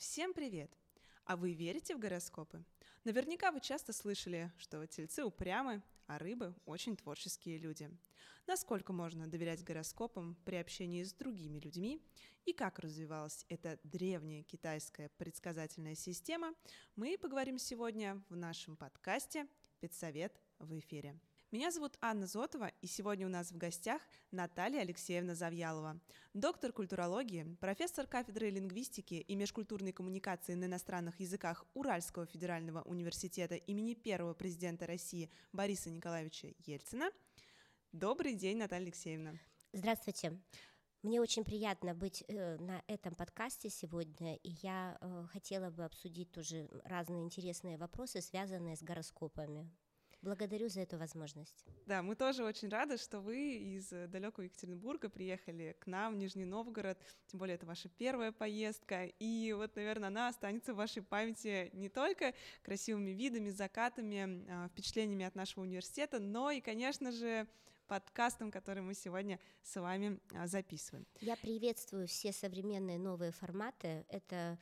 Всем привет! А вы верите в гороскопы? Наверняка вы часто слышали, что тельцы упрямы, а рыбы очень творческие люди. Насколько можно доверять гороскопам при общении с другими людьми и как развивалась эта древняя китайская предсказательная система, мы поговорим сегодня в нашем подкасте «Педсовет в эфире». Меня зовут Анна Зотова, и сегодня у нас в гостях Наталья Алексеевна Завьялова, доктор культурологии, профессор кафедры лингвистики и межкультурной коммуникации на иностранных языках Уральского федерального университета имени первого президента России Бориса Николаевича Ельцина. Добрый день, Наталья Алексеевна. Здравствуйте. Мне очень приятно быть на этом подкасте сегодня, и я хотела бы обсудить тоже разные интересные вопросы, связанные с гороскопами. Благодарю за эту возможность. Да, мы тоже очень рады, что вы из далекого Екатеринбурга приехали к нам в Нижний Новгород, тем более это ваша первая поездка, и вот, наверное, она останется в вашей памяти не только красивыми видами, закатами, впечатлениями от нашего университета, но и, конечно же, подкастом, который мы сегодня с вами записываем. Я приветствую все современные новые форматы. Это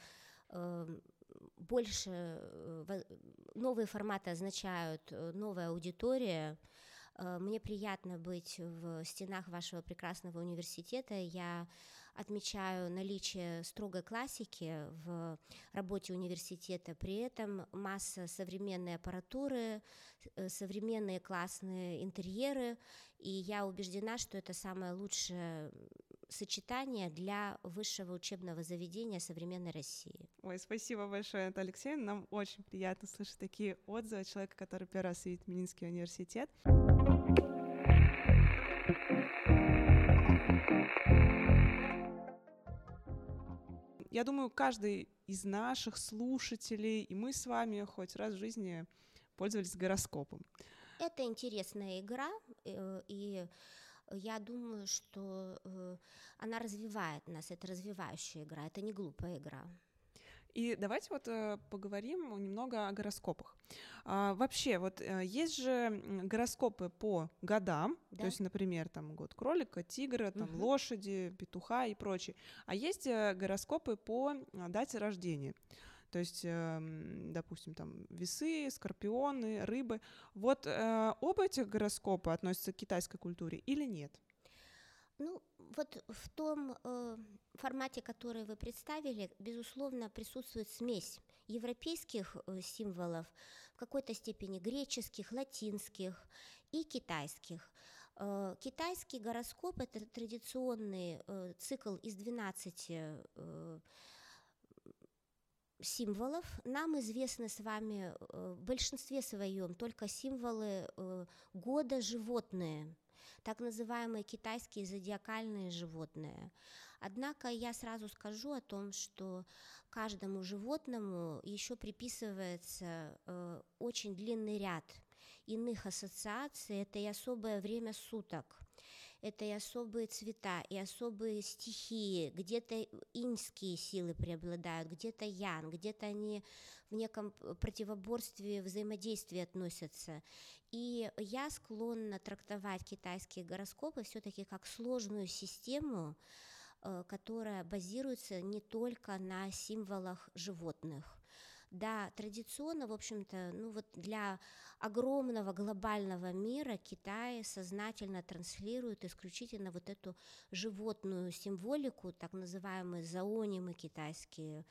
больше новые форматы означают новая аудитория. Мне приятно быть в стенах вашего прекрасного университета. Я отмечаю наличие строгой классики в работе университета. При этом масса современной аппаратуры, современные классные интерьеры. И я убеждена, что это самое лучшее сочетание для высшего учебного заведения современной России. Ой, спасибо большое, Наталья Алексеевна. Нам очень приятно слышать такие отзывы от человека, который первый раз видит Минский университет. Я думаю, каждый из наших слушателей, и мы с вами хоть раз в жизни пользовались гороскопом. Это интересная игра, и я думаю, что она развивает нас, это развивающая игра, это не глупая игра. И давайте вот поговорим немного о гороскопах. Вообще, вот есть же гороскопы по годам, Да? то есть, например, там год кролика, тигра, там лошади, петуха и прочее. А есть гороскопы по дате рождения. То есть, допустим, там весы, скорпионы, рыбы. Вот оба этих гороскопа относятся к китайской культуре или нет? Ну, вот в том формате, который вы представили, безусловно, присутствует смесь европейских символов, в какой-то степени греческих, латинских и китайских. Китайский гороскоп – это традиционный цикл из 12 символов. Нам известны с вами в большинстве своем только символы года животные, так называемые китайские зодиакальные животные. Однако я сразу скажу о том, что каждому животному еще приписывается очень длинный ряд иных ассоциаций. Это и особое время суток, это и особые цвета, и особые стихии. Где-то иньские силы преобладают, где-то ян, где-то они в неком противоборстве, взаимодействии относятся. И я склонна трактовать китайские гороскопы все-таки как сложную систему, которая базируется не только на символах животных. Да, традиционно, в общем-то, для огромного глобального мира Китай сознательно транслирует исключительно вот эту животную символику, так называемые зоонимы китайские,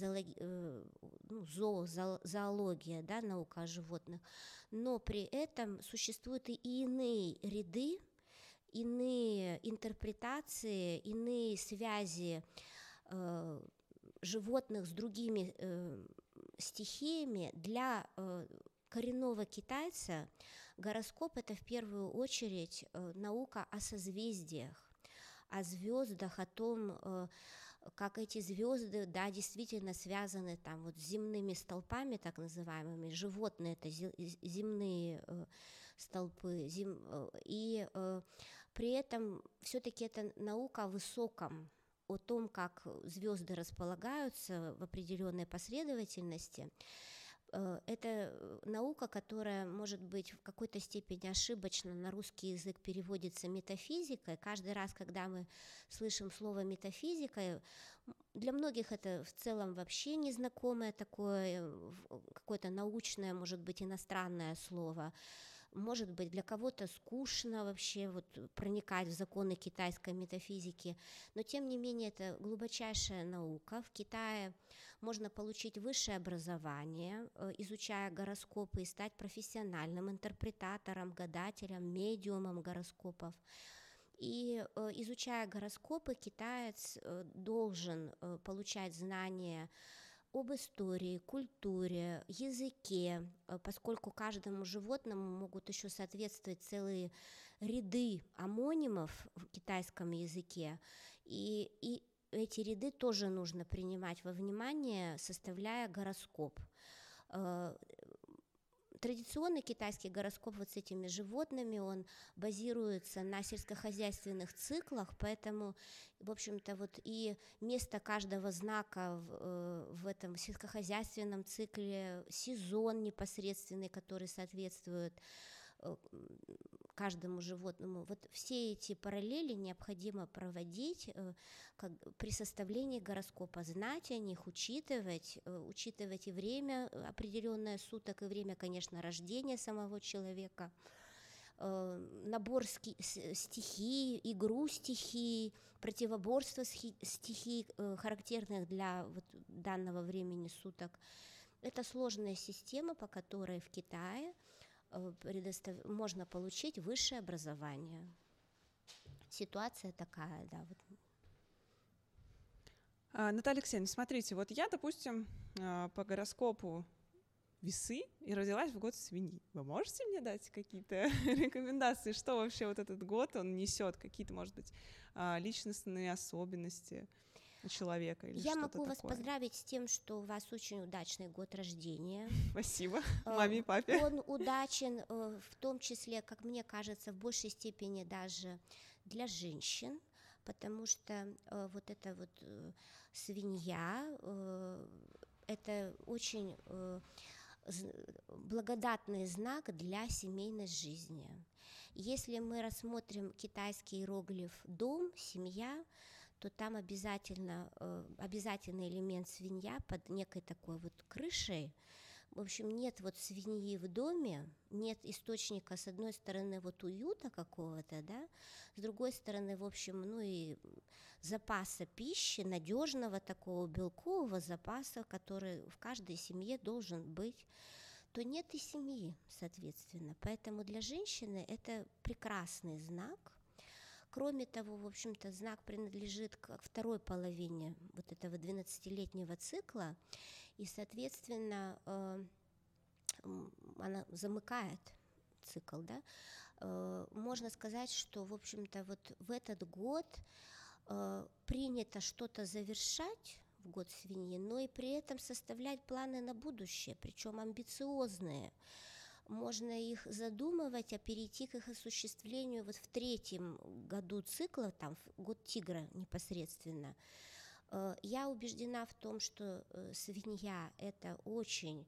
зоология, да, наука о животных. Но при этом существуют и иные ряды, иные интерпретации, иные связи животных с другими стихиями. Для коренного китайца гороскоп – это в первую очередь наука о созвездиях, о звездах, о том, как эти звезды, да, действительно связаны там вот с земными столпами, так называемыми. Животные – это земные столпы, и при этом все-таки это наука о высоком, о том, как звезды располагаются в определенной последовательности. Это наука, которая, может быть, в какой-то степени ошибочно на русский язык переводится метафизикой. Каждый раз, когда мы слышим слово метафизика, для многих это в целом вообще незнакомое такое, какое-то научное, может быть, иностранное слово. Может быть, для кого-то скучно вообще вот проникать в законы китайской метафизики, но тем не менее это глубочайшая наука. В Китае можно получить высшее образование, изучая гороскопы, и стать профессиональным интерпретатором, гадателем, медиумом гороскопов. И изучая гороскопы, китаец должен получать знания об истории, культуре, языке, поскольку каждому животному могут еще соответствовать целые ряды омонимов в китайском языке, и эти ряды тоже нужно принимать во внимание, составляя гороскоп. Традиционный китайский гороскоп вот с этими животными, он базируется на сельскохозяйственных циклах, поэтому, в общем-то, вот и место каждого знака в этом сельскохозяйственном цикле, сезон непосредственный, который соответствует каждому животному. Вот все эти параллели необходимо проводить при составлении гороскопа, знать о них, учитывать и время определенное суток, и время, конечно, рождения самого человека, набор стихий, игру стихий, противоборство стихий, характерных для вот данного времени суток. Это сложная система, по которой в Китае можно получить высшее образование. Ситуация такая, да. Вот. Наталья Алексеевна, смотрите, вот я, допустим, по гороскопу Весы и родилась в год свиньи. Вы можете мне дать какие-то рекомендации, что вообще вот этот год он несет, какие-то, может быть, личностные особенности у человека или Я что-то могу такое? вас поздравить с тем, что у вас очень удачный год рождения. Спасибо маме и папе. Он удачен в том числе, как мне кажется, в большей степени даже для женщин, потому что вот эта вот свинья, это очень благодатный знак для семейной жизни. Если мы рассмотрим китайский иероглиф «дом», «семья», то там обязательный элемент свинья под некой такой вот крышей. В общем, нет вот свиньи в доме, нет источника, с одной стороны, вот уюта какого-то, да, с другой стороны, в общем, ну и запаса пищи, надежного такого белкового запаса, который в каждой семье должен быть, то нет и семьи, соответственно. Поэтому для женщины это прекрасный знак. Кроме того, в общем-то, знак принадлежит к второй половине вот этого 12-летнего цикла, и, соответственно, она замыкает цикл, да. Можно сказать, что, в общем-то, вот в этот год принято что-то завершать в год свиньи, но и при этом составлять планы на будущее, причем амбициозные. Можно их задумывать, а перейти к их осуществлению вот в третьем году цикла, там, в год тигра непосредственно. Я убеждена в том, что свинья – это очень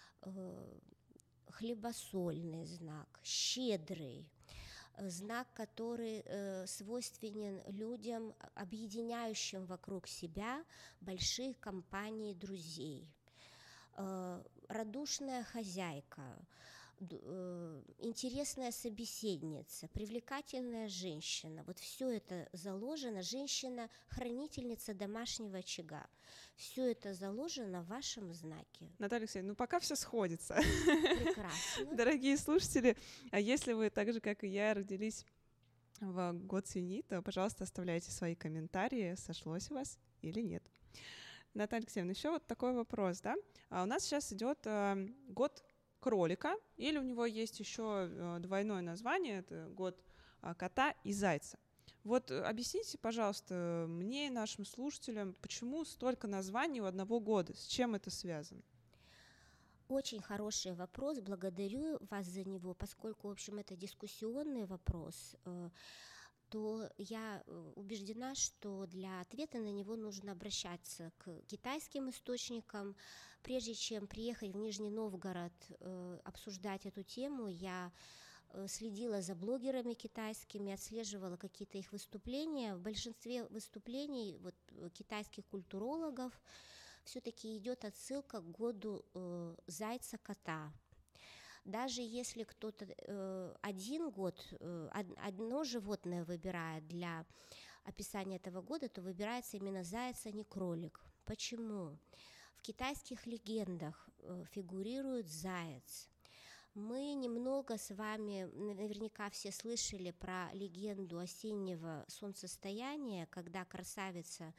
хлебосольный знак, щедрый, знак, который свойственен людям, объединяющим вокруг себя большие компании друзей. Радушная хозяйка, интересная собеседница, привлекательная женщина. Вот все это заложено. Женщина – хранительница домашнего очага. Все это заложено в вашем знаке. Наталья Алексеевна, ну пока все сходится. Прекрасно. Дорогие слушатели, а если вы так же, как и я, родились в год свиньи, то, пожалуйста, оставляйте свои комментарии, сошлось у вас или нет. Наталья Алексеевна, еще вот такой вопрос, да? У нас сейчас идет год кролика, или у него есть еще двойное название, это год кота и зайца. Вот объясните, пожалуйста, мне и нашим слушателям, почему столько названий у одного года, с чем это связано? Очень хороший вопрос, благодарю вас за него, поскольку, в общем, это дискуссионный вопрос, то я убеждена, что для ответа на него нужно обращаться к китайским источникам, Прежде чем приехать в Нижний Новгород обсуждать эту тему, я следила за блогерами китайскими, отслеживала какие-то их выступления. В большинстве выступлений китайских культурологов все-таки идет отсылка к году зайца-кота. Даже если кто-то один год, одно животное выбирает для описания этого года, то выбирается именно заяц, а не кролик. Почему? В китайских легендах фигурирует заяц. Мы немного с вами, наверняка все слышали про легенду осеннего солнцестояния, когда красавица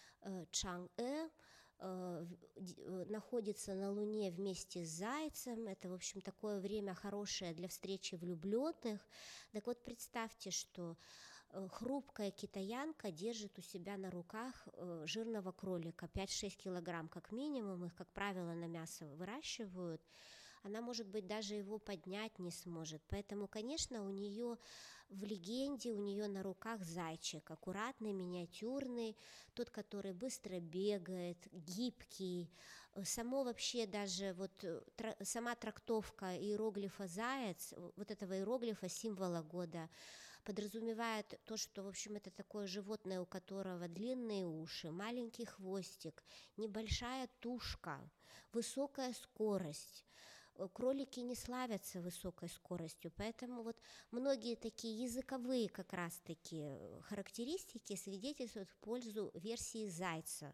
Чан-э находится на Луне вместе с зайцем. Это, в общем, такое время хорошее для встречи влюбленных. Так вот, представьте, что хрупкая китаянка держит у себя на руках жирного кролика, 5-6 килограмм как минимум, их, как правило, на мясо выращивают. Она, может быть, даже его поднять не сможет. Поэтому, конечно, у нее в легенде, у нее на руках зайчик, аккуратный, миниатюрный, тот, который быстро бегает, гибкий. Само вообще даже сама трактовка иероглифа «заяц», вот этого иероглифа, символа года, подразумевает то, что, в общем, это такое животное, у которого длинные уши, маленький хвостик, небольшая тушка, высокая скорость. Кролики не славятся высокой скоростью, поэтому многие такие языковые как раз-таки характеристики свидетельствуют в пользу версии зайца.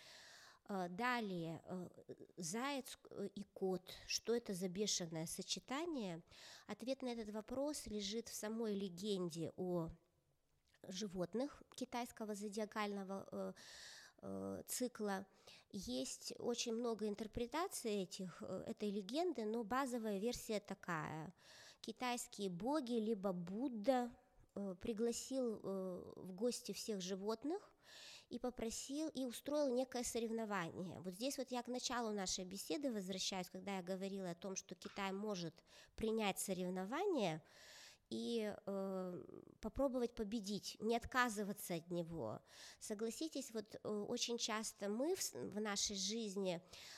Далее, заяц и кот. Что это за бешеное сочетание? Ответ на этот вопрос лежит в самой легенде о животных китайского зодиакального цикла. Есть очень много интерпретаций этой легенды, но базовая версия такая. Китайские боги, либо Будда пригласил в гости всех животных и попросил, и устроил некое соревнование. Вот здесь я к началу нашей беседы возвращаюсь, когда я говорила о том, что Китай может принять соревнование и попробовать победить, не отказываться от него. Согласитесь, очень часто мы в нашей жизни,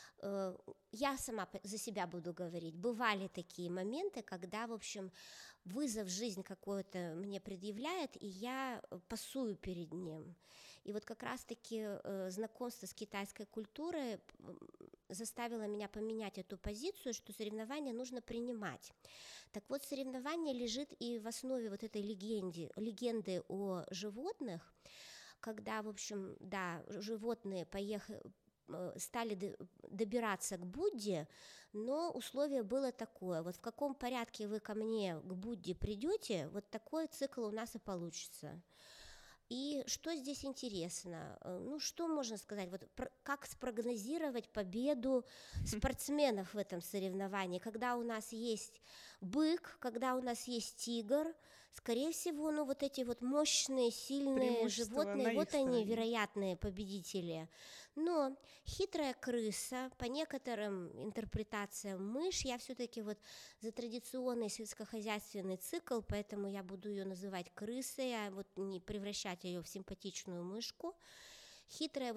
я сама за себя буду говорить, бывали такие моменты, когда, в общем, вызов жизнь какой-то мне предъявляет, и я пасую перед ним. И как раз-таки знакомство с китайской культурой заставило меня поменять эту позицию, что соревнования нужно принимать. Так вот, соревнование лежит и в основе этой легенды о животных, когда, в общем, да, животные стали добираться к Будде, но условие было такое: в каком порядке вы ко мне, к Будде, придете, такой цикл у нас и получится. И что здесь интересно? Что можно сказать? Как спрогнозировать победу спортсменов в этом соревновании? Когда у нас есть бык, когда у нас есть тигр, скорее всего, эти мощные, сильные животные, они вероятные победители. Но хитрая крыса, по некоторым интерпретациям мышь, я все-таки за традиционный сельскохозяйственный цикл, поэтому я буду ее называть крысой, а не превращать ее в симпатичную мышку. Хитрая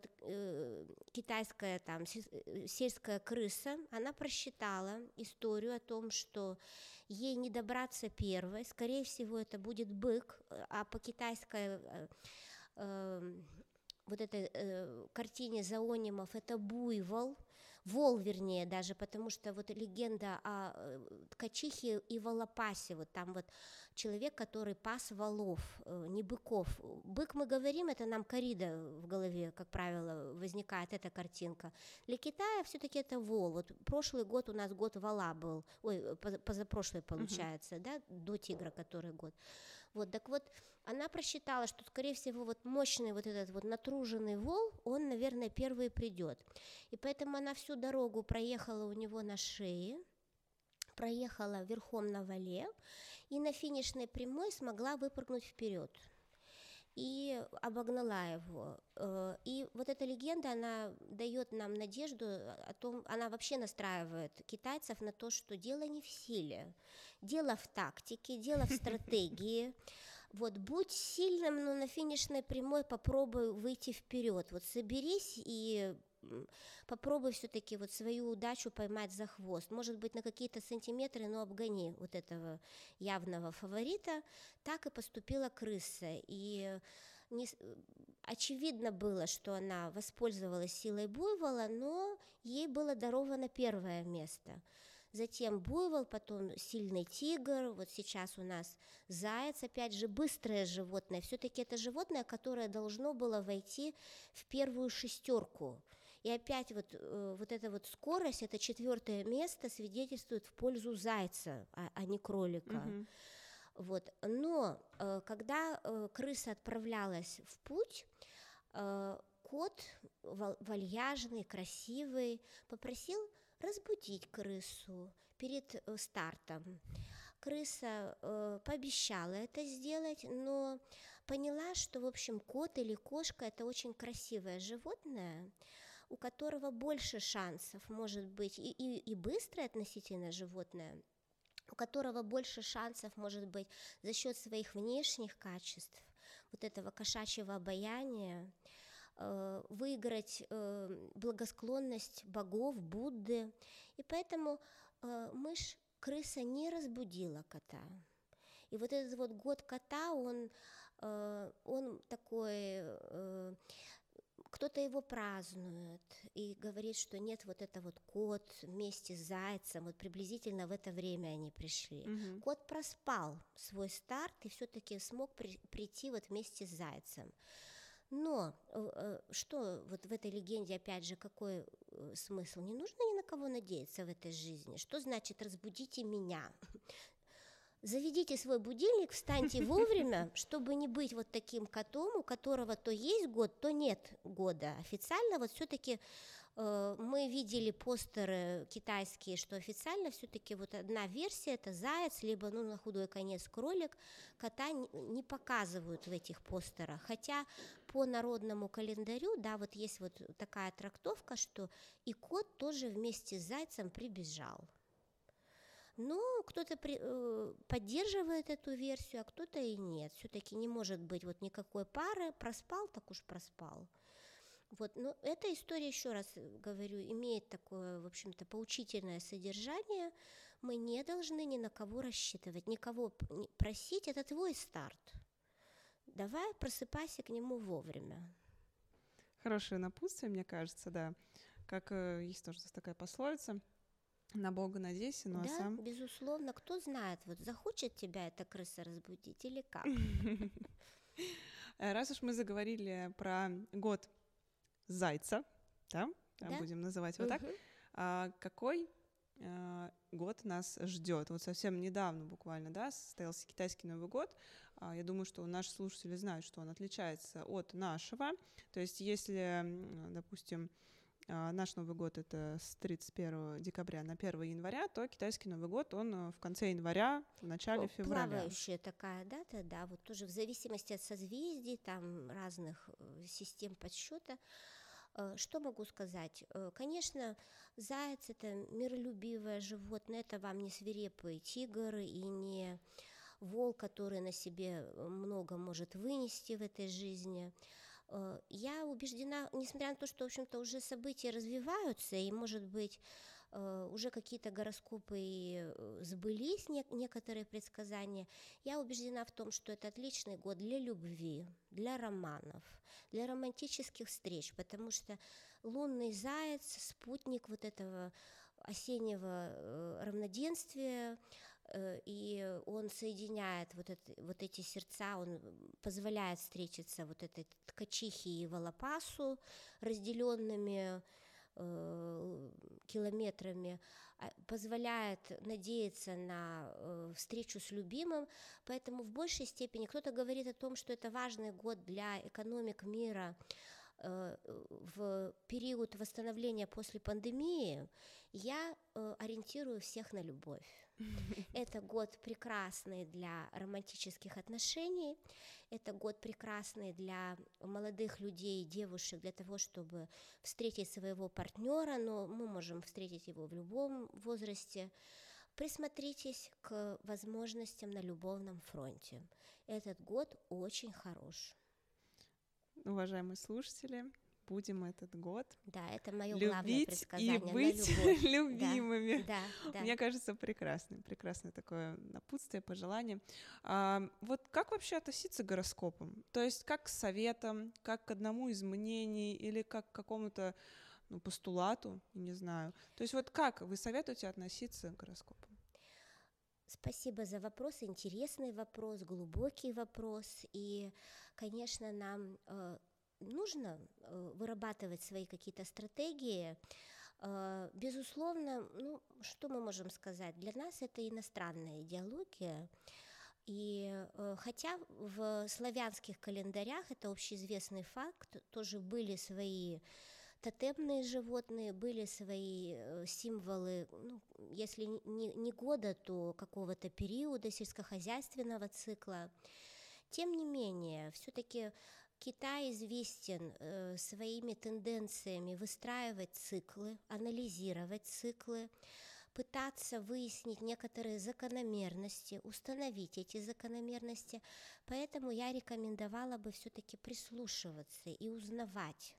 китайская сельская крыса, она просчитала историю о том, что ей не добраться первой, скорее всего, это будет бык, а по китайской этой картине зоонимов это буйвол, вол, вернее, даже, потому что легенда о ткачихе и волопасе, там человек, который пас волов, не быков. Бык, мы говорим, это нам коррида в голове, как правило, возникает эта картинка. Для Китая все-таки это вол. Прошлый год у нас год вола был, позапрошлый получается, да, до тигра, который год. Она просчитала, что, скорее всего, мощный этот натруженный вол, он, наверное, первый придет. И поэтому она всю дорогу проехала у него на шее, проехала верхом на воле и на финишной прямой смогла выпрыгнуть вперед и обогнала его. И эта легенда, она дает нам надежду о том, она вообще настраивает китайцев на то, что дело не в силе, дело в тактике, дело в стратегии. Будь сильным, но на финишной прямой попробуй выйти вперед. Соберись и попробуй все-таки вот свою удачу поймать за хвост. Может быть, на какие-то сантиметры, но обгони вот этого явного фаворита. Так и поступила крыса. И очевидно было, что она воспользовалась силой буйвола, но ей было даровано первое место. Затем буйвол, потом сильный тигр, вот сейчас у нас заяц, опять же, быстрое животное. Все-таки это животное, которое должно было войти в первую шестерку. И опять вот эта вот скорость, это 4 место свидетельствует в пользу зайца, а не кролика. Мгм. Вот. Но когда крыса отправлялась в путь, кот, вальяжный, красивый, попросил разбудить крысу перед стартом. Крыса пообещала это сделать, но поняла, что, в общем, кот или кошка – это очень красивое животное, у которого больше шансов, может быть, и быстрое относительно животное, у которого больше шансов, может быть, за счет своих внешних качеств, вот этого кошачьего обаяния, выиграть благосклонность богов, Будды. И поэтому крыса не разбудила кота. И вот этот вот год кота, он такой, кто-то его празднует и говорит, что нет, вот это вот кот вместе с зайцем, вот приблизительно в это время они пришли. Мгм. Кот проспал свой старт и все-таки смог прийти вот вместе с зайцем. Но что вот в этой легенде, опять же, какой смысл? Не нужно ни на кого надеяться в этой жизни. Что значит «разбудите меня»? Заведите свой будильник, встаньте вовремя, чтобы не быть вот таким котом, у которого то есть год, то нет года. Официально вот все-таки мы видели постеры китайские, что официально все-таки вот одна версия – это заяц, либо, на худой конец, кролик. Кота не показывают в этих постерах. Хотя по народному календарю, да, вот есть вот такая трактовка, что и кот тоже вместе с зайцем прибежал. Но кто-то поддерживает эту версию, а кто-то и нет. Все-таки не может быть вот никакой пары. Проспал, так уж проспал. Вот, но эта история, еще раз говорю, имеет такое, в общем-то, поучительное содержание. Мы не должны ни на кого рассчитывать, никого просить. Это твой старт. Давай просыпайся к нему вовремя. Хорошее напутствие, мне кажется, да. Как есть тоже такая пословица: на Бога надейся, ну а Да, сам... безусловно, кто знает, вот захочет тебя эта крыса разбудить или как. Раз уж мы заговорили про год зайца, да, Да? будем называть его так, какой год нас ждет? Вот совсем недавно буквально, да, состоялся китайский Новый год. Я думаю, что наши слушатели знают, что он отличается от нашего. То есть если, допустим, наш Новый год — это с 31 декабря на 1 января, то китайский Новый год, он в конце января, в начале февраля. Плавающая такая дата, да, вот тоже в зависимости от созвездий, там разных систем подсчета. Что могу сказать? Конечно, заяц – это миролюбивое животное, это вам не свирепый тигр и не волк, который на себе много может вынести в этой жизни. Я убеждена, несмотря на то, что, в общем-то, уже события развиваются, и, может быть, уже какие-то гороскопы и сбылись, некоторые предсказания, я убеждена в том, что это отличный год для любви, для романов, для романтических встреч, потому что лунный заяц, спутник вот этого осеннего равноденствия, и он соединяет вот эти сердца, он позволяет встретиться вот этой ткачихе и волопасу, разделенными километрами, позволяет надеяться на встречу с любимым, поэтому в большей степени кто-то говорит о том, что это важный год для экономик мира в период восстановления после пандемии. Я ориентирую всех на любовь. Это год прекрасный для романтических отношений, это год прекрасный для молодых людей, девушек, для того, чтобы встретить своего партнера, но мы можем встретить его в любом возрасте. Присмотритесь к возможностям на любовном фронте. Этот год очень хорош. Уважаемые слушатели, будем этот год Да, это мое главное любить предсказание и быть на любовь. любимыми. Да. Мне кажется, прекрасное такое напутствие, пожелание. Вот как вообще относиться к гороскопам? То есть как к советам, как к одному из мнений или как к какому-то постулату, не знаю. То есть вот как вы советуете относиться к гороскопам? Спасибо за вопрос, интересный вопрос, глубокий вопрос. И, конечно, нам нужно вырабатывать свои какие-то стратегии. Безусловно, что мы можем сказать? Для нас это иностранная идеология. И хотя в славянских календарях, это общеизвестный факт, тоже были свои тотемные животные, были свои символы, если не года, то какого-то периода сельскохозяйственного цикла. Тем не менее, все-таки Китай известен своими тенденциями выстраивать циклы, анализировать циклы, пытаться выяснить некоторые закономерности, установить эти закономерности. Поэтому я рекомендовала бы все-таки прислушиваться и узнавать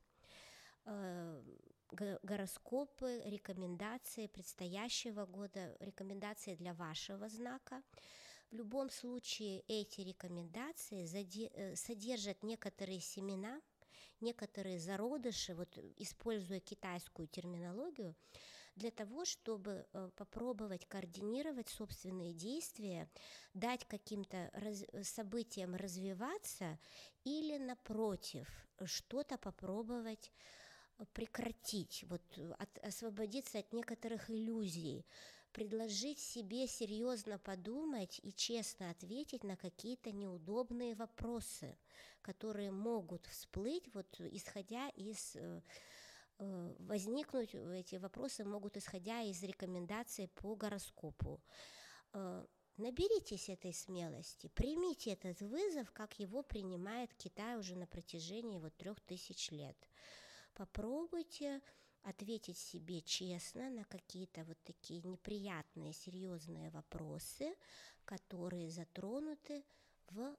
гороскопы, рекомендации предстоящего года, рекомендации для вашего знака. В любом случае эти рекомендации содержат некоторые семена, некоторые зародыши, вот используя китайскую терминологию, для того, чтобы попробовать координировать собственные действия, дать каким-то событиям развиваться или, напротив, что-то попробовать прекратить, освободиться от некоторых иллюзий, предложить себе серьезно подумать и честно ответить на какие-то неудобные вопросы, которые могут всплыть, исходя из возникнуть, эти вопросы могут, исходя из рекомендаций по гороскопу. Наберитесь этой смелости, примите этот вызов, как его принимает Китай уже на протяжении 3000 лет. Попробуйте ответить себе честно на какие-то такие неприятные, серьезные вопросы, которые затронуты в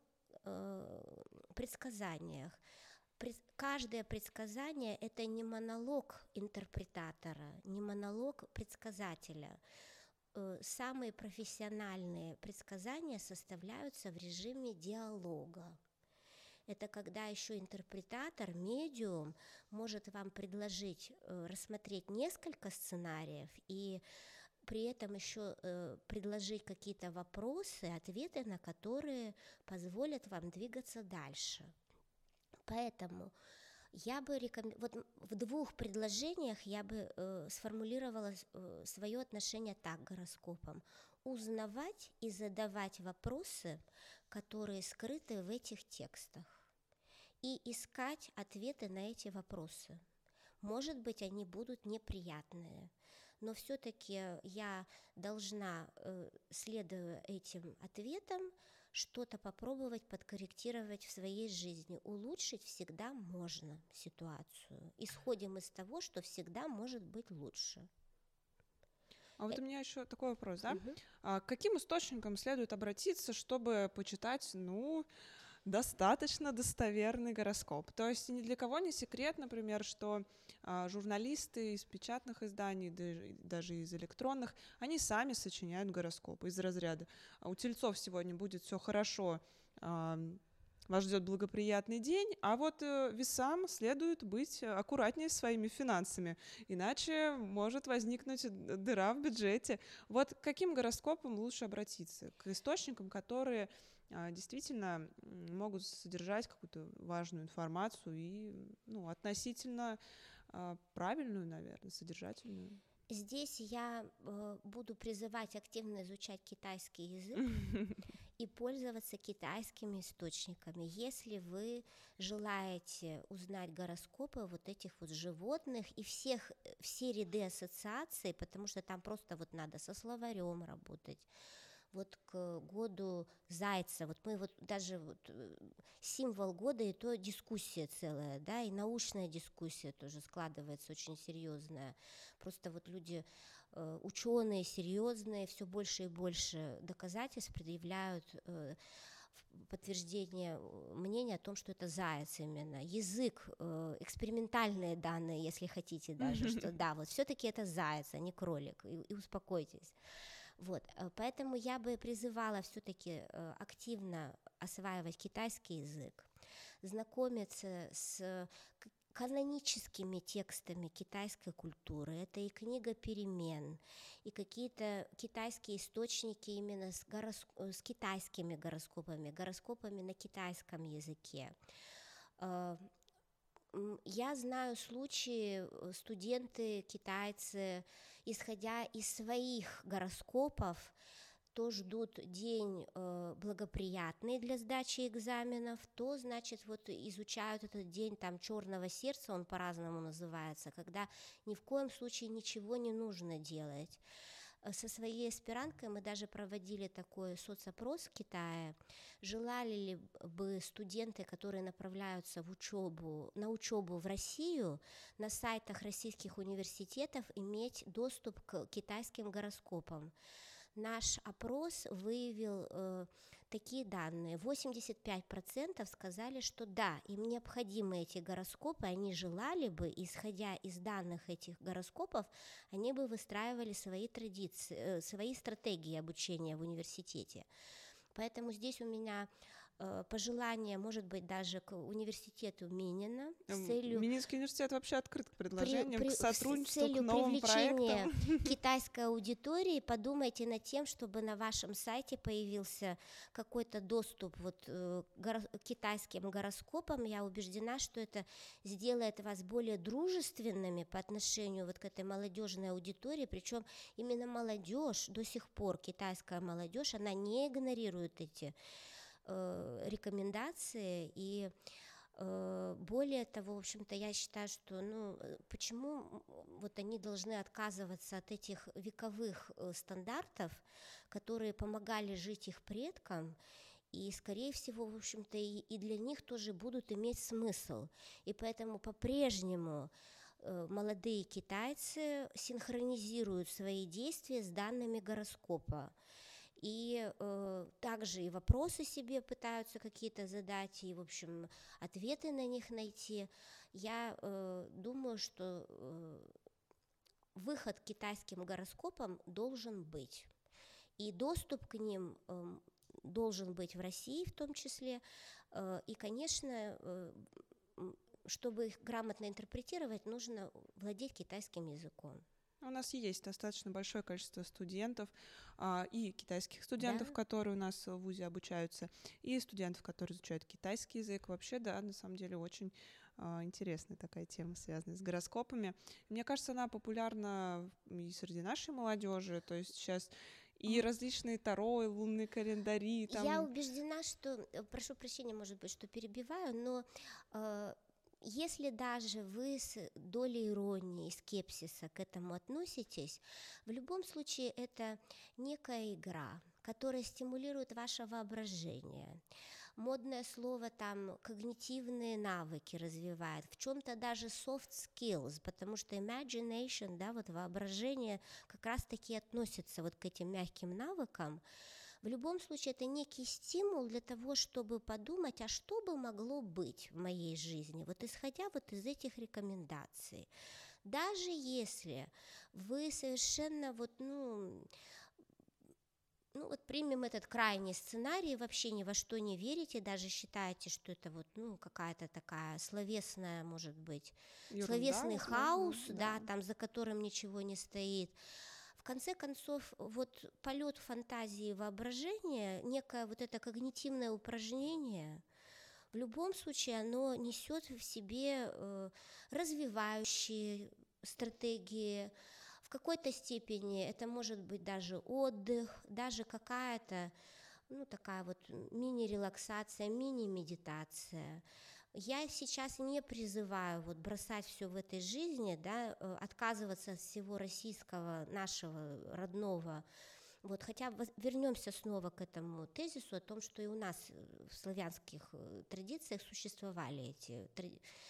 предсказаниях. Каждое предсказание – это не монолог интерпретатора, не монолог предсказателя. Самые профессиональные предсказания составляются в режиме диалога. Это когда еще интерпретатор, медиум, может вам предложить рассмотреть несколько сценариев и при этом еще предложить какие-то вопросы, ответы на которые позволят вам двигаться дальше. Поэтому я бы в 2 предложениях я бы сформулировала свое отношение так к гороскопам. Узнавать и задавать вопросы, которые скрыты в этих текстах, и искать ответы на эти вопросы. Может быть, они будут неприятные, но все-таки я должна, следуя этим ответам, что-то попробовать подкорректировать в своей жизни. Улучшить всегда можно ситуацию. Исходим из того, что всегда может быть лучше. А вот у меня еще такой вопрос, да? Угу. К каким источникам следует обратиться, чтобы почитать, достаточно достоверный гороскоп? То есть ни для кого не секрет, например, что журналисты из печатных изданий, даже из электронных, они сами сочиняют гороскопы из разряда. У тельцов сегодня будет все хорошо, вас ждет благоприятный день, а весам следует быть аккуратнее с своими финансами, иначе может возникнуть дыра в бюджете. Вот к каким гороскопам лучше обратиться? К источникам, которые действительно могут содержать какую-то важную информацию и относительно правильную, наверное, содержательную. Здесь я буду призывать активно изучать китайский язык и пользоваться китайскими источниками. Если вы желаете узнать гороскопы этих животных и все ряды ассоциаций, потому что там просто надо со словарем работать. К году Зайца, мы даже символ года, и то дискуссия целая, да, и научная дискуссия тоже складывается очень серьезная. Просто люди, ученые серьезные, все больше и больше доказательств предъявляют подтверждение мнения о том, что это заяц именно. Язык, экспериментальные данные, если хотите даже, что да, вот все-таки это заяц, а не кролик, и успокойтесь. Вот, поэтому я бы призывала все-таки активно осваивать китайский язык, знакомиться с каноническими текстами китайской культуры. Это и книга «Перемен», и какие-то китайские источники именно с китайскими гороскопами на китайском языке. Я знаю случаи, студенты, китайцы, исходя из своих гороскопов, то ждут день благоприятный для сдачи экзаменов, то, значит, вот изучают этот день там черного сердца, он по-разному называется, когда ни в коем случае ничего не нужно делать. Со своей аспиранткой мы даже проводили такой соцопрос в Китае. Желали ли бы студенты, которые направляются на учебу в Россию, на сайтах российских университетов иметь доступ к китайским гороскопам? Наш опрос выявил такие данные. 85% сказали, что да, им необходимы эти гороскопы, они желали бы, исходя из данных этих гороскопов, они бы выстраивали свои традиции, свои стратегии обучения в университете. Поэтому здесь у меня пожелание, может быть, даже к университету Минина с целью... Мининский университет вообще открыт к предложениям, к сотрудничеству, с целью к новым привлечения проектам. китайской аудитории. Подумайте над тем, чтобы на вашем сайте появился какой-то доступ к китайским гороскопам. Я убеждена, что это сделает вас более дружественными по отношению вот к этой молодежной аудитории. Причем именно молодежь, до сих пор китайская молодежь, она не игнорирует эти рекомендации, и более того, в общем-то, я считаю, что почему вот они должны отказываться от этих вековых стандартов, которые помогали жить их предкам, и, скорее всего, в общем-то, и для них тоже будут иметь смысл. И поэтому по-прежнему молодые китайцы синхронизируют свои действия с данными гороскопа. И также и вопросы себе пытаются какие-то задать, и, в общем, ответы на них найти. Я думаю, что выход к китайским гороскопам должен быть. И доступ к ним должен быть в России в том числе. И, конечно, чтобы их грамотно интерпретировать, нужно владеть китайским языком. У нас есть достаточно большое количество студентов, и китайских студентов, Да. которые у нас в ВУЗе обучаются, и студентов, которые изучают китайский язык. Вообще, да, на самом деле очень интересная такая тема, связанная с гороскопами. Мне кажется, она популярна и среди нашей молодежи. То есть сейчас и различные таро, и лунные календари. Я убеждена, что, прошу прощения, может быть, что перебиваю, но если даже вы с долей иронии и скепсиса к этому относитесь, в любом случае это некая игра, которая стимулирует ваше воображение. Модное слово там когнитивные навыки развивает, в чем-то даже soft skills, потому что imagination, да, вот воображение как раз-таки относится вот к этим мягким навыкам. В любом случае это некий стимул для того, чтобы подумать, а что бы могло быть в моей жизни, вот исходя вот из этих рекомендаций. Даже если вы совершенно примем этот крайний сценарий, вообще ни во что не верите, даже считаете, что это какая-то такая словесная, может быть, ерунда, словесный хаос, да, там за которым ничего не стоит. В конце концов, вот полет фантазии, воображения, некое вот это когнитивное упражнение, в любом случае оно несет в себе развивающие стратегии. В какой-то степени это может быть даже отдых, даже какая-то такая вот мини-релаксация, мини-медитация. Я сейчас не призываю бросать все в этой жизни, да, отказываться от всего российского, нашего, родного. Хотя вернемся снова к этому тезису о том, что и у нас в славянских традициях существовали эти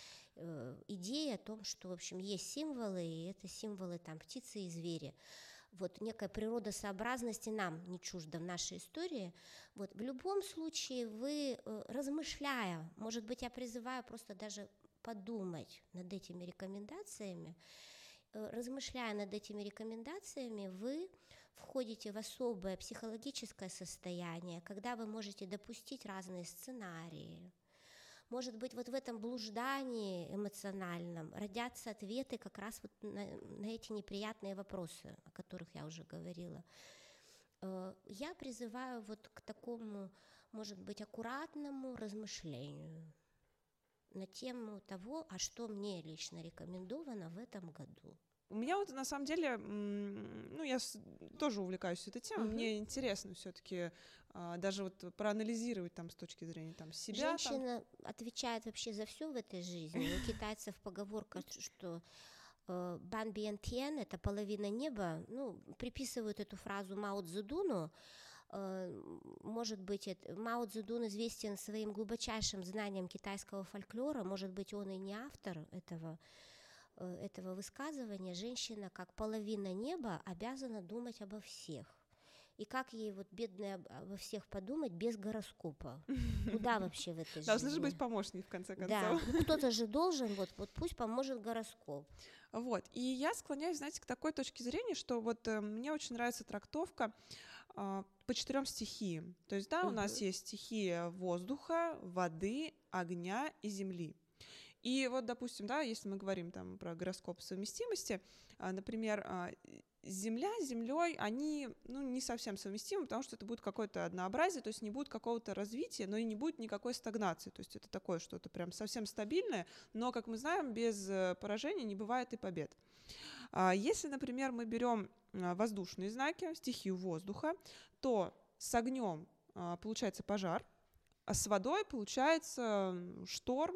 идеи о том, что, в общем, есть символы, и это символы там птицы и звери. вот некой природосообразности нам не чуждо в нашей истории. Вот в любом случае вы, размышляя, может быть, я призываю просто даже подумать над этими рекомендациями, размышляя над этими рекомендациями, вы входите в особое психологическое состояние, когда вы можете допустить разные сценарии. Может быть, вот в этом блуждании эмоциональном родятся ответы как раз вот на эти неприятные вопросы, о которых я уже говорила. Я призываю вот к такому, может быть, аккуратному размышлению на тему того, а что мне лично рекомендовано в этом году. У меня вот на самом деле, я тоже увлекаюсь этой темой, мне интересно все-таки даже вот проанализировать там с точки зрения там себя. Женщина отвечает вообще за все в этой жизни. У китайцев поговорка, что «бан биен тien» — это половина неба. Приписывают эту фразу Мао Цзэдуну. Может быть, Мао Цзэдун известен своим глубочайшим знанием китайского фольклора. Может быть, он и не автор этого высказывания. Женщина, как половина неба, обязана думать обо всех. И как ей вот бедная обо всех подумать без гороскопа? Куда вообще в этой жизни? Должны же быть помощники, в конце концов. Да, кто-то же должен, вот пусть поможет гороскоп. Вот, и я склоняюсь, знаете, к такой точке зрения, что вот мне очень нравится трактовка по 4 стихиям. То есть, да, у нас есть стихия воздуха, воды, огня и земли. И вот, допустим, да, если мы говорим там про гороскоп совместимости, например, Земля с Землей, они не совсем совместимы, потому что это будет какое-то однообразие, то есть не будет какого-то развития, но и не будет никакой стагнации. То есть это такое что-то прям совсем стабильное, но, как мы знаем, без поражений не бывает и побед. Если, например, мы берем воздушные знаки, стихию воздуха, то с огнем получается пожар, а с водой получается шторм,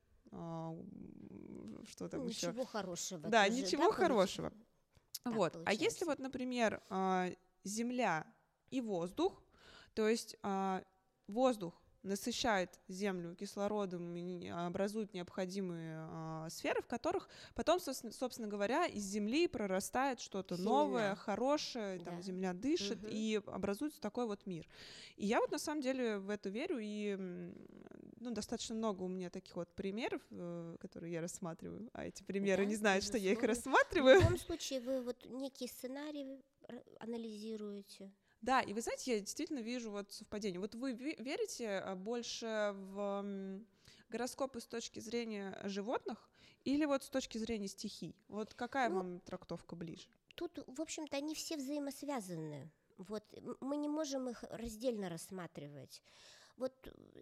что там еще? Ничего хорошего. Да, ничего хорошего. Вот. Получается. А если вот, например, земля и воздух, то есть воздух насыщает землю кислородом и образует необходимые сферы, в которых потом, собственно говоря, из земли прорастает что-то новое, хорошее, там земля дышит, и образуется такой вот мир. И я вот на самом деле в это верю, и достаточно много у меня таких вот примеров, которые я рассматриваю, а эти примеры не знают, что я их рассматриваю. В любом случае вы вот некий сценарий анализируете. Да, и вы знаете, я действительно вижу вот совпадение. Вот вы верите больше в гороскопы с точки зрения животных или вот с точки зрения стихий? Вот какая вам трактовка ближе? Тут, в общем-то, они все взаимосвязаны. Вот мы не можем их раздельно рассматривать. Вот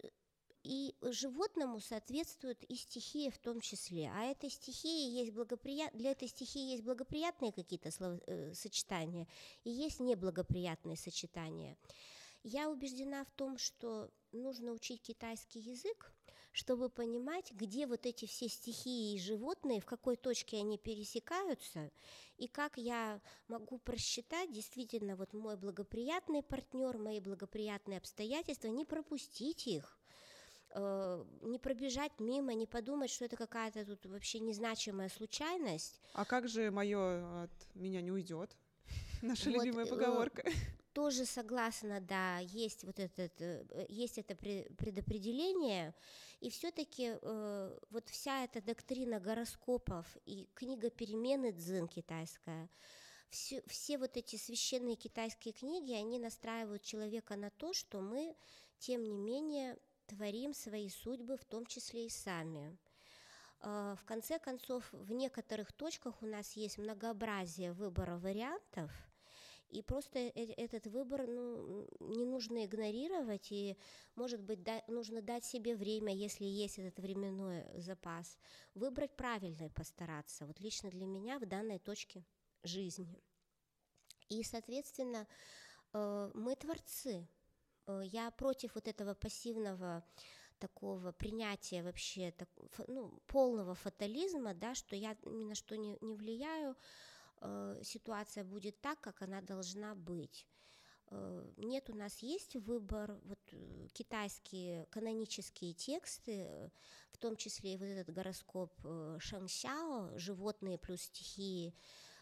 и животному соответствуют и стихии в том числе. А этой стихии есть для этой стихии есть благоприятные какие-то сочетания и есть неблагоприятные сочетания. Я убеждена в том, что нужно учить китайский язык, чтобы понимать, где вот эти все стихии и животные, в какой точке они пересекаются, и как я могу просчитать действительно вот мой благоприятный партнер, мои благоприятные обстоятельства, не пропустить их, не пробежать мимо, не подумать, что это какая-то тут вообще незначимая случайность. А как же мое от меня не уйдет? Наша любимая поговорка. Тоже согласна, да, есть это предопределение, и все-таки вот вся эта доктрина гороскопов и книга перемены Цзин китайская, все вот эти священные китайские книги, они настраивают человека на то, что мы, тем не менее, творим свои судьбы, в том числе и сами. В конце концов, в некоторых точках у нас есть многообразие выбора вариантов, и просто этот выбор не нужно игнорировать, и, может быть, нужно дать себе время, если есть этот временной запас, выбрать правильно и постараться. Вот лично для меня в данной точке жизни. И, соответственно, мы творцы. Я против вот этого пассивного такого принятия вообще полного фатализма, да, что я ни на что не влияю, ситуация будет так, как она должна быть. Нет, у нас есть выбор, вот китайские канонические тексты, в том числе и вот этот гороскоп Шэньсяо, животные плюс стихии,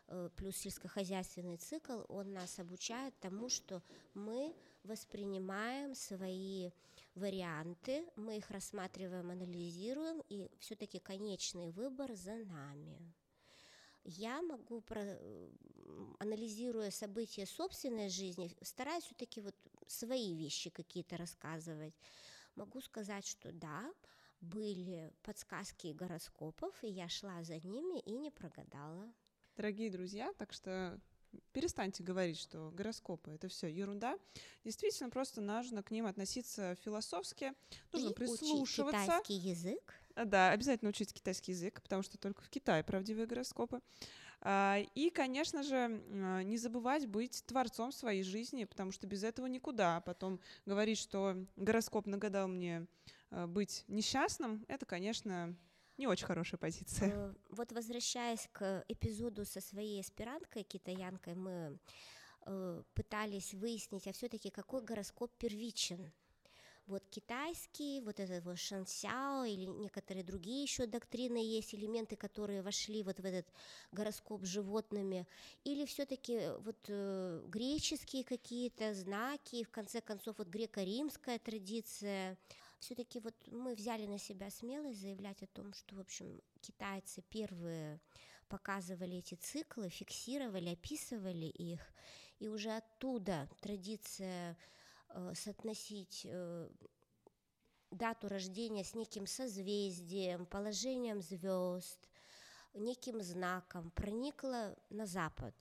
плюс сельскохозяйственный цикл, он нас обучает тому, что мы воспринимаем свои варианты, мы их рассматриваем, анализируем, и все-таки конечный выбор за нами. Я могу, анализируя события собственной жизни, стараюсь все-таки вот свои вещи какие-то рассказывать. Могу сказать, что да, были подсказки гороскопов, и я шла за ними и не прогадала. Дорогие друзья, так что перестаньте говорить, что гороскопы — это все ерунда. Действительно, просто нужно к ним относиться философски, нужно прислушиваться. Учить китайский язык. Да, обязательно учить китайский язык, потому что только в Китае правдивые гороскопы. И, конечно же, не забывать быть творцом своей жизни, потому что без этого никуда. Потом говорить, что гороскоп нагадал мне быть несчастным, это, конечно, не очень хорошая позиция. Вот возвращаясь к эпизоду со своей аспиранткой, китаянкой, мы пытались выяснить, а все-таки какой гороскоп первичен. Вот китайский, вот этот вот шансяо или некоторые другие еще доктрины есть, элементы, которые вошли вот в этот гороскоп с животными, или все-таки вот греческие какие-то знаки, в конце концов вот греко-римская традиция. Все-таки вот мы взяли на себя смелость заявлять о том, что, в общем, китайцы первые показывали эти циклы, фиксировали, описывали их, и уже оттуда традиция соотносить дату рождения с неким созвездием, положением звезд, неким знаком проникла на Запад.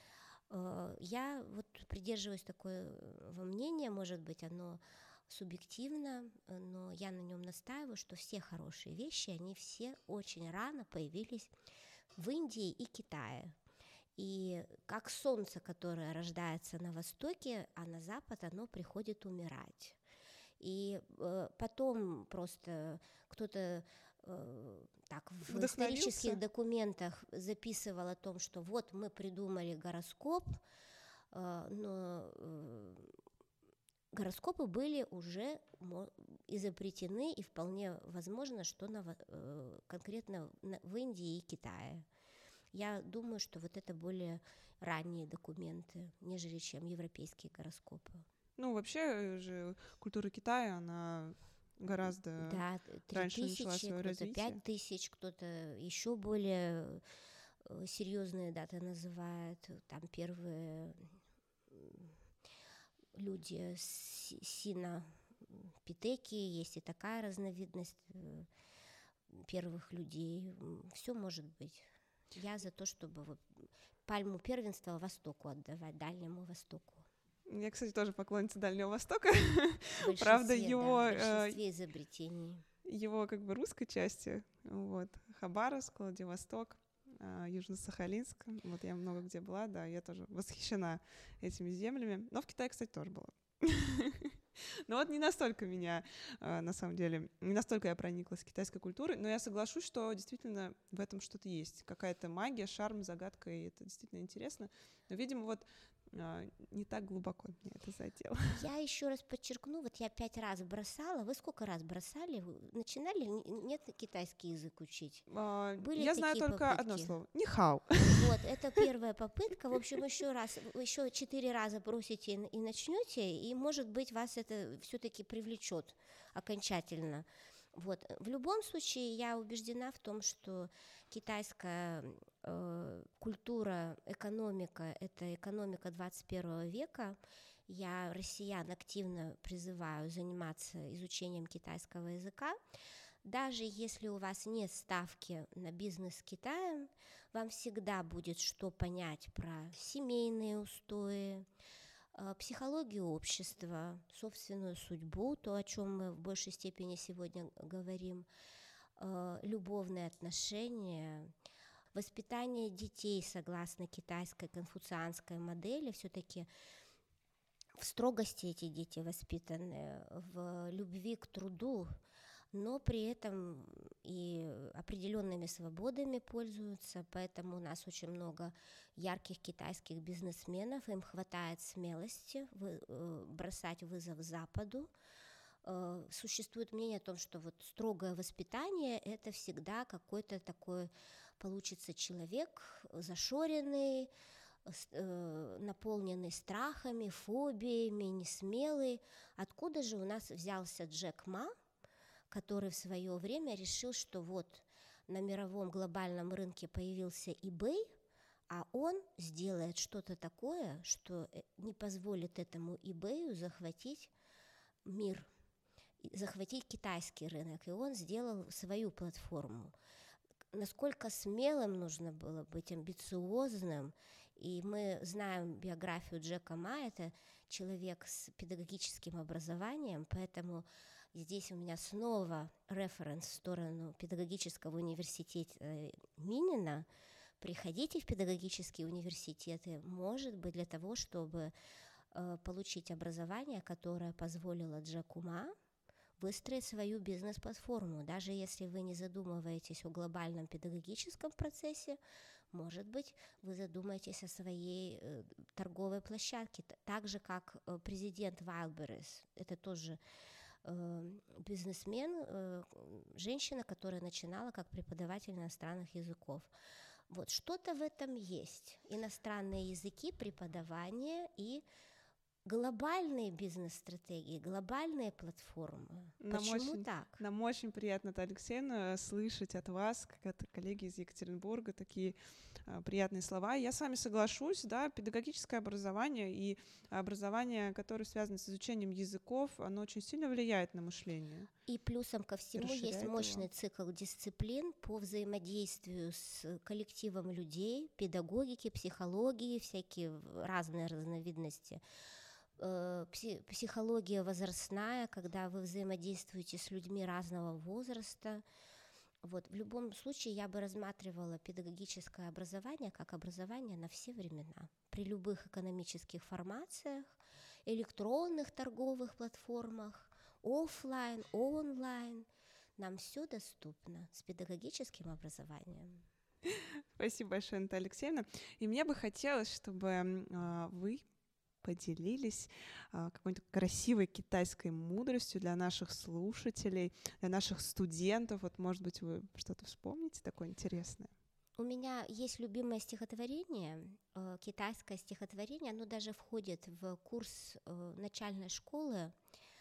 Я вот придерживаюсь такого мнения, может быть, оно субъективно, но я на нем настаиваю, что все хорошие вещи, они все очень рано появились в Индии и Китае. И как солнце, которое рождается на востоке, а на запад оно приходит умирать. И потом просто кто-то так в исторических документах записывал о том, что вот мы придумали гороскоп, но гороскопы были уже изобретены, и вполне возможно, что конкретно в Индии и Китае. Я думаю, что вот это более ранние документы, нежели чем европейские гороскопы. Ну, вообще же культура Китая, она гораздо раньше начала свое развитие. 5000, кто-то еще более серьезные даты называет. Там первые люди синопитеки, есть и такая разновидность первых людей. Все может быть. Я за то, чтобы вот пальму первенства Востоку отдавать, Дальнему Востоку. Я, кстати, тоже поклонница Дальнего Востока. Правда, его... в большинстве изобретений. Его как бы русской части, вот, Хабаровск, Владивосток, Южно-Сахалинск, вот я много где была, да, я тоже восхищена этими землями, но в Китае, кстати, тоже была. Но вот не настолько меня, на самом деле, не настолько я прониклась китайской культурой, но я соглашусь, что действительно в этом что-то есть. Какая-то магия, шарм, загадка, и это действительно интересно. Но, видимо, вот не так глубоко меня это задело. Я еще раз подчеркну, вот я 5 раз бросала. Вы сколько раз бросали? Вы начинали нет китайский язык учить? Были я знаю только попытки? Одно слово. Нихао. Вот, это первая попытка. В общем, еще 4 раза бросите и начнете, и, может быть, вас это все-таки привлечет окончательно. Вот. В любом случае, я убеждена в том, что китайская культура, экономика – это экономика 21 века. Я россиян активно призываю заниматься изучением китайского языка. Даже если у вас нет ставки на бизнес с Китаем, вам всегда будет что понять про семейные устои, психологию общества, собственную судьбу, то, о чем мы в большей степени сегодня говорим, любовные отношения, воспитание детей согласно китайской конфуцианской модели. Все-таки в строгости эти дети воспитаны, в любви к труду, но при этом и определенными свободами пользуются, поэтому у нас очень много ярких китайских бизнесменов, им хватает смелости бросать вызов Западу. Существует мнение о том, что вот строгое воспитание – это всегда какой-то такой получится человек зашоренный, наполненный страхами, фобиями, несмелый. Откуда же у нас взялся Джек Ма, который в свое время решил, что вот на мировом глобальном рынке появился eBay, а он сделает что-то такое, что не позволит этому eBay захватить мир, захватить китайский рынок. И он сделал свою платформу. Насколько смелым нужно было быть, амбициозным. И мы знаем биографию Джека Ма, это человек с педагогическим образованием, поэтому здесь у меня снова референс в сторону педагогического университета Минина. Приходите в педагогические университеты, может быть, для того, чтобы получить образование, которое позволило Джеку Ма выстроить свою бизнес-платформу. Даже если вы не задумываетесь о глобальном педагогическом процессе, может быть, вы задумаетесь о своей торговой площадке, так же, как президент Wildberries. Это тоже бизнесмен, женщина, которая начинала как преподаватель иностранных языков. Вот что-то в этом есть. Иностранные языки, преподавание и глобальные бизнес-стратегии, глобальные платформы. Почему так? Нам очень приятно, Наталья Алексеевна, слышать от вас, как от коллеги из Екатеринбурга, такие приятные слова. Я с вами соглашусь, да, педагогическое образование и образование, которое связано с изучением языков, оно очень сильно влияет на мышление. И плюсом ко всему есть мощный цикл дисциплин по взаимодействию с коллективом людей, педагогики, психологии, всякие разные разновидности. Психология возрастная, когда вы взаимодействуете с людьми разного возраста. Вот, в любом случае я бы рассматривала педагогическое образование как образование на все времена. При любых экономических формациях, электронных торговых платформах, офлайн, онлайн. Нам все доступно с педагогическим образованием. Спасибо большое, Наталья Алексеевна. И мне бы хотелось, чтобы вы поделились какой-то красивой китайской мудростью для наших слушателей, для наших студентов. Вот, может быть, вы что-то вспомните такое интересное? У меня есть любимое стихотворение, китайское стихотворение, оно даже входит в курс начальной школы.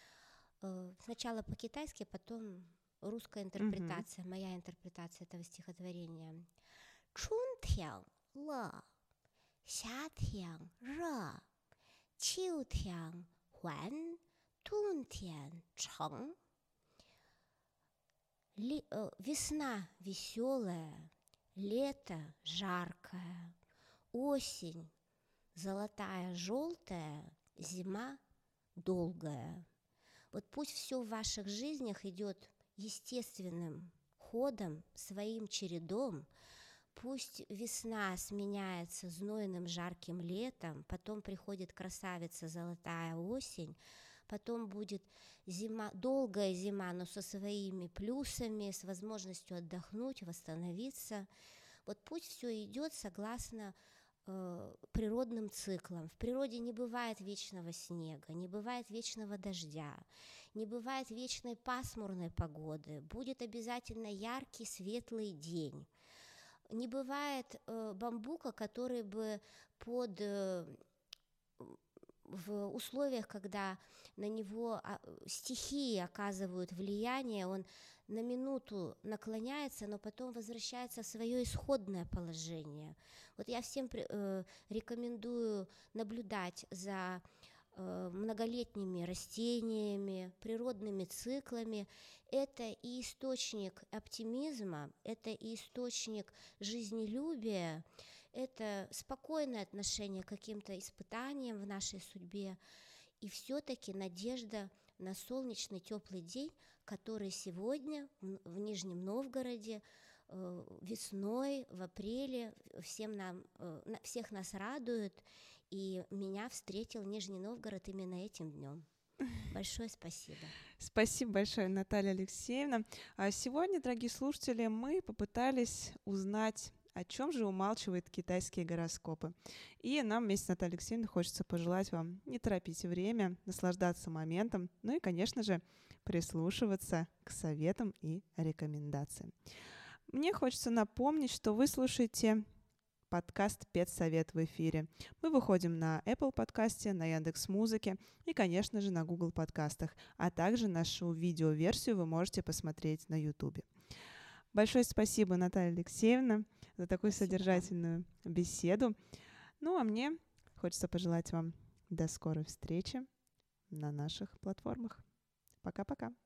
Сначала по-китайски, потом русская интерпретация, моя интерпретация этого стихотворения. 春天乐，夏天热，秋天欢，冬天长。Весна веселая, лето жаркое, осень золотая, желтая, зима долгая. Вот пусть все в ваших жизнях идет естественным ходом, своим чередом. Пусть весна сменяется знойным жарким летом, потом приходит красавица золотая осень, потом будет зима, долгая зима, но со своими плюсами, с возможностью отдохнуть, восстановиться. Вот пусть все идет согласно природным циклам. В природе не бывает вечного снега, не бывает вечного дождя, не бывает вечной пасмурной погоды. Будет обязательно яркий, светлый день. Не бывает бамбука, который бы в условиях, когда на него стихии оказывают влияние, он на минуту наклоняется, но потом возвращается в свое исходное положение. Вот я всем рекомендую наблюдать за многолетними растениями, природными циклами. Это и источник оптимизма, это и источник жизнелюбия, это спокойное отношение к каким-то испытаниям в нашей судьбе и все-таки надежда на солнечный теплый день, который сегодня в Нижнем Новгороде весной, в апреле всех нас радует, и меня встретил Нижний Новгород именно этим днем. Большое спасибо. Спасибо большое, Наталья Алексеевна. Сегодня, дорогие слушатели, мы попытались узнать, о чем же умалчивают китайские гороскопы. И нам вместе с Натальей Алексеевной хочется пожелать вам не торопить время, наслаждаться моментом, ну и, конечно же, прислушиваться к советам и рекомендациям. мне хочется напомнить, что вы слушаете подкаст «Педсовет» в эфире. Мы выходим на Apple подкасте, на Яндекс.Музыке и, конечно же, на Google подкастах. А также нашу видеоверсию вы можете посмотреть на YouTube. Большое спасибо, Наталья Алексеевна, за такую содержательную беседу. Ну, а мне хочется пожелать вам до скорой встречи на наших платформах. Пока-пока.